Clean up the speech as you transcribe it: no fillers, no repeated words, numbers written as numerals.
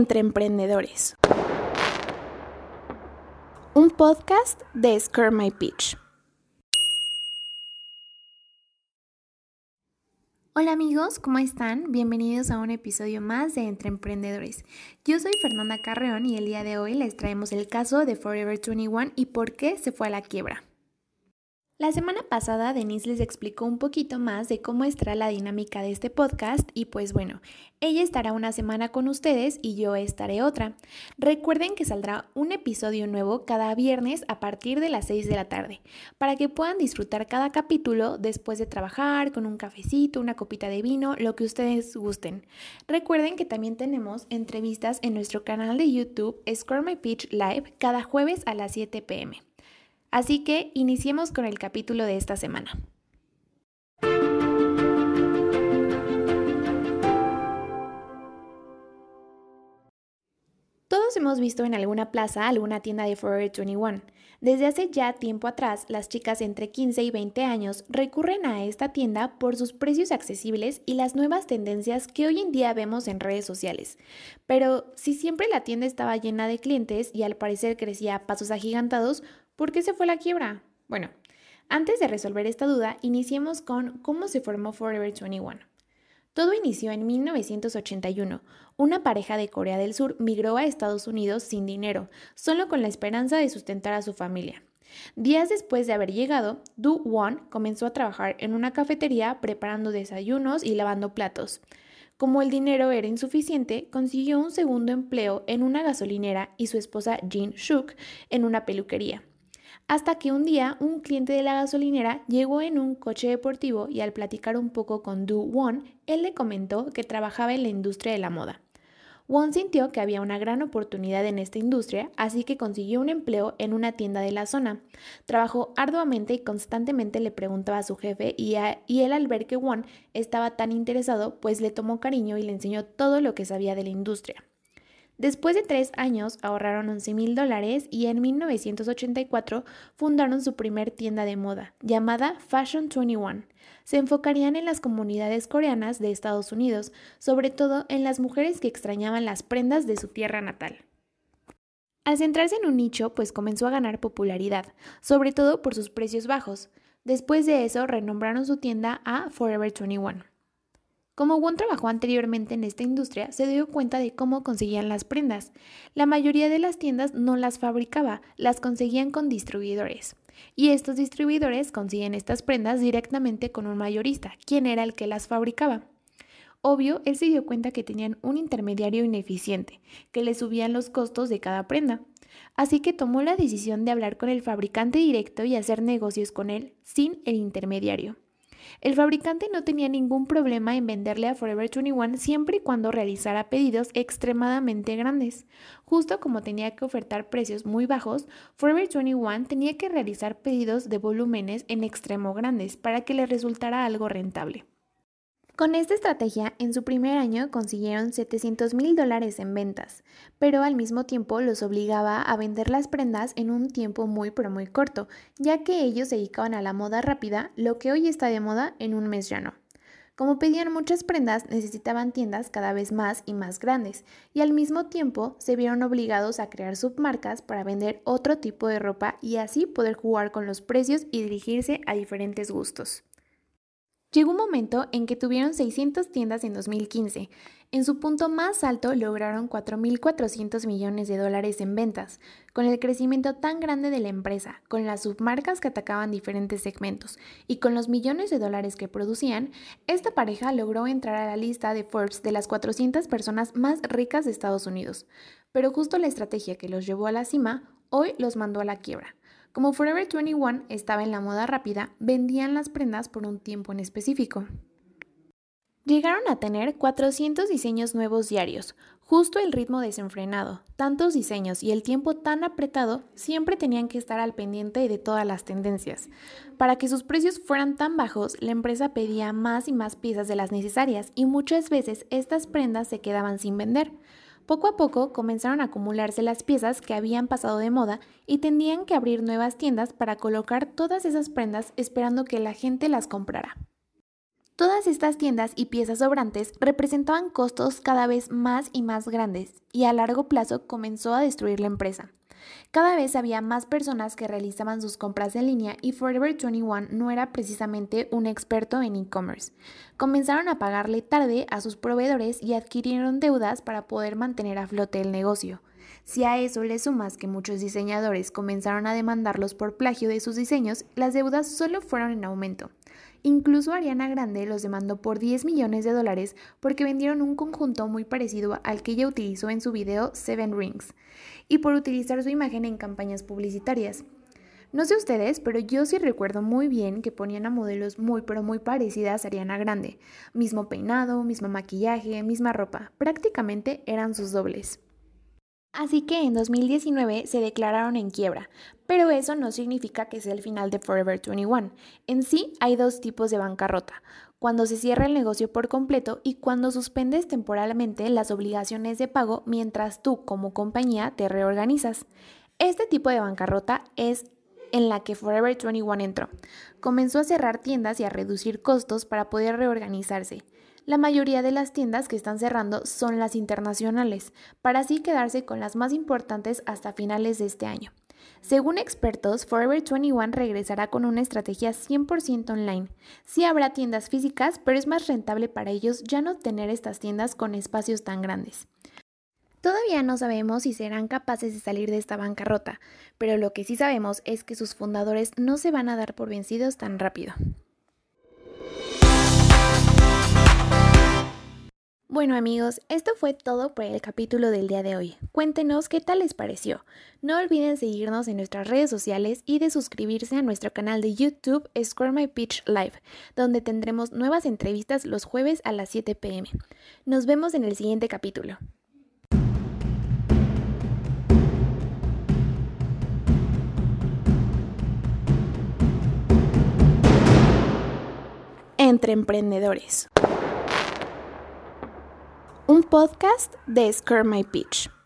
Entre Emprendedores, un podcast de Scare My Pitch. Hola amigos, ¿cómo están? Bienvenidos a un episodio más de Entre Emprendedores. Yo soy Fernanda Carreón y el día de hoy les traemos el caso de Forever 21 y por qué se fue a la quiebra. La semana pasada Denise les explicó un poquito más de cómo estará la dinámica de este podcast y pues bueno, ella estará una semana con ustedes y yo estaré otra. Recuerden que saldrá un episodio nuevo cada viernes a partir de las 6 de la tarde, para que puedan disfrutar cada capítulo después de trabajar con un cafecito, una copita de vino, lo que ustedes gusten. Recuerden que también tenemos entrevistas en nuestro canal de YouTube Scare My Pitch Live cada jueves a las 7 p.m. Así que iniciemos con el capítulo de esta semana. Todos hemos visto en alguna plaza alguna tienda de Forever 21. Desde hace ya tiempo atrás, las chicas entre 15 y 20 años recurren a esta tienda por sus precios accesibles y las nuevas tendencias que hoy en día vemos en redes sociales. Pero si siempre la tienda estaba llena de clientes y al parecer crecía a pasos agigantados, ¿por qué se fue a la quiebra? Bueno, antes de resolver esta duda, iniciemos con cómo se formó Forever 21. Todo inició en 1981. Una pareja de Corea del Sur migró a Estados Unidos sin dinero, solo con la esperanza de sustentar a su familia. Días después de haber llegado, Do Won comenzó a trabajar en una cafetería preparando desayunos y lavando platos. Como el dinero era insuficiente, consiguió un segundo empleo en una gasolinera y su esposa Jin Suk en una peluquería. Hasta que un día un cliente de la gasolinera llegó en un coche deportivo y al platicar un poco con Do Won, él le comentó que trabajaba en la industria de la moda. Won sintió que había una gran oportunidad en esta industria, así que consiguió un empleo en una tienda de la zona. Trabajó arduamente y constantemente le preguntaba a su jefe y él al ver que Won estaba tan interesado, pues le tomó cariño y le enseñó todo lo que sabía de la industria. Después de 3 años ahorraron $11,000 y en 1984 fundaron su primer tienda de moda, llamada Fashion 21. Se enfocarían en las comunidades coreanas de Estados Unidos, sobre todo en las mujeres que extrañaban las prendas de su tierra natal. Al centrarse en un nicho, pues comenzó a ganar popularidad, sobre todo por sus precios bajos. Después de eso, renombraron su tienda a Forever 21. Como Won trabajó anteriormente en esta industria, se dio cuenta de cómo conseguían las prendas. La mayoría de las tiendas no las fabricaba, las conseguían con distribuidores. Y estos distribuidores consiguen estas prendas directamente con un mayorista, quien era el que las fabricaba. Obvio, él se dio cuenta que tenían un intermediario ineficiente, que le subían los costos de cada prenda. Así que tomó la decisión de hablar con el fabricante directo y hacer negocios con él sin el intermediario. El fabricante no tenía ningún problema en venderle a Forever 21 siempre y cuando realizara pedidos extremadamente grandes. Justo como tenía que ofertar precios muy bajos, Forever 21 tenía que realizar pedidos de volúmenes en extremo grandes para que le resultara algo rentable. Con esta estrategia, en su primer año consiguieron $700,000 en ventas, pero al mismo tiempo los obligaba a vender las prendas en un tiempo muy corto, ya que ellos se dedicaban a la moda rápida, lo que hoy está de moda en un mes ya no. Como pedían muchas prendas, necesitaban tiendas cada vez más y más grandes, y al mismo tiempo se vieron obligados a crear submarcas para vender otro tipo de ropa y así poder jugar con los precios y dirigirse a diferentes gustos. Llegó un momento en que tuvieron 600 tiendas en 2015. En su punto más alto lograron $4,400 millones en ventas. Con el crecimiento tan grande de la empresa, con las submarcas que atacaban diferentes segmentos y con los millones de dólares que producían, esta pareja logró entrar a la lista de Forbes de las 400 personas más ricas de Estados Unidos. Pero justo la estrategia que los llevó a la cima, hoy los mandó a la quiebra. Como Forever 21 estaba en la moda rápida, vendían las prendas por un tiempo en específico. Llegaron a tener 400 diseños nuevos diarios, justo el ritmo desenfrenado. Tantos diseños y el tiempo tan apretado, siempre tenían que estar al pendiente de todas las tendencias. Para que sus precios fueran tan bajos, la empresa pedía más y más piezas de las necesarias y muchas veces estas prendas se quedaban sin vender. Poco a poco comenzaron a acumularse las piezas que habían pasado de moda y tenían que abrir nuevas tiendas para colocar todas esas prendas esperando que la gente las comprara. Todas estas tiendas y piezas sobrantes representaban costos cada vez más y más grandes, y a largo plazo comenzó a destruir la empresa. Cada vez había más personas que realizaban sus compras en línea y Forever 21 no era precisamente un experto en e-commerce. Comenzaron a pagarle tarde a sus proveedores y adquirieron deudas para poder mantener a flote el negocio. Si a eso le sumas que muchos diseñadores comenzaron a demandarlos por plagio de sus diseños, las deudas solo fueron en aumento. Incluso Ariana Grande los demandó por $10 millones porque vendieron un conjunto muy parecido al que ella utilizó en su video Seven Rings y por utilizar su imagen en campañas publicitarias. No sé ustedes, pero yo sí recuerdo muy bien que ponían a modelos muy parecidas a Ariana Grande. Mismo peinado, mismo maquillaje, misma ropa. Prácticamente eran sus dobles. Así que en 2019 se declararon en quiebra, pero eso no significa que sea el final de Forever 21. En sí hay dos tipos de bancarrota, cuando se cierra el negocio por completo y cuando suspendes temporalmente las obligaciones de pago mientras tú como compañía te reorganizas. Este tipo de bancarrota es en la que Forever 21 entró. Comenzó a cerrar tiendas y a reducir costos para poder reorganizarse. La mayoría de las tiendas que están cerrando son las internacionales, para así quedarse con las más importantes hasta finales de este año. Según expertos, Forever 21 regresará con una estrategia 100% online. Sí habrá tiendas físicas, pero es más rentable para ellos ya no tener estas tiendas con espacios tan grandes. Todavía no sabemos si serán capaces de salir de esta bancarrota, pero lo que sí sabemos es que sus fundadores no se van a dar por vencidos tan rápido. Bueno amigos, esto fue todo por el capítulo del día de hoy. Cuéntenos qué tal les pareció. No olviden seguirnos en nuestras redes sociales y de suscribirse a nuestro canal de YouTube Square My Pitch Live, donde tendremos nuevas entrevistas los jueves a las 7 p.m. Nos vemos en el siguiente capítulo. Entre Emprendedores. Un podcast de Square My Pitch.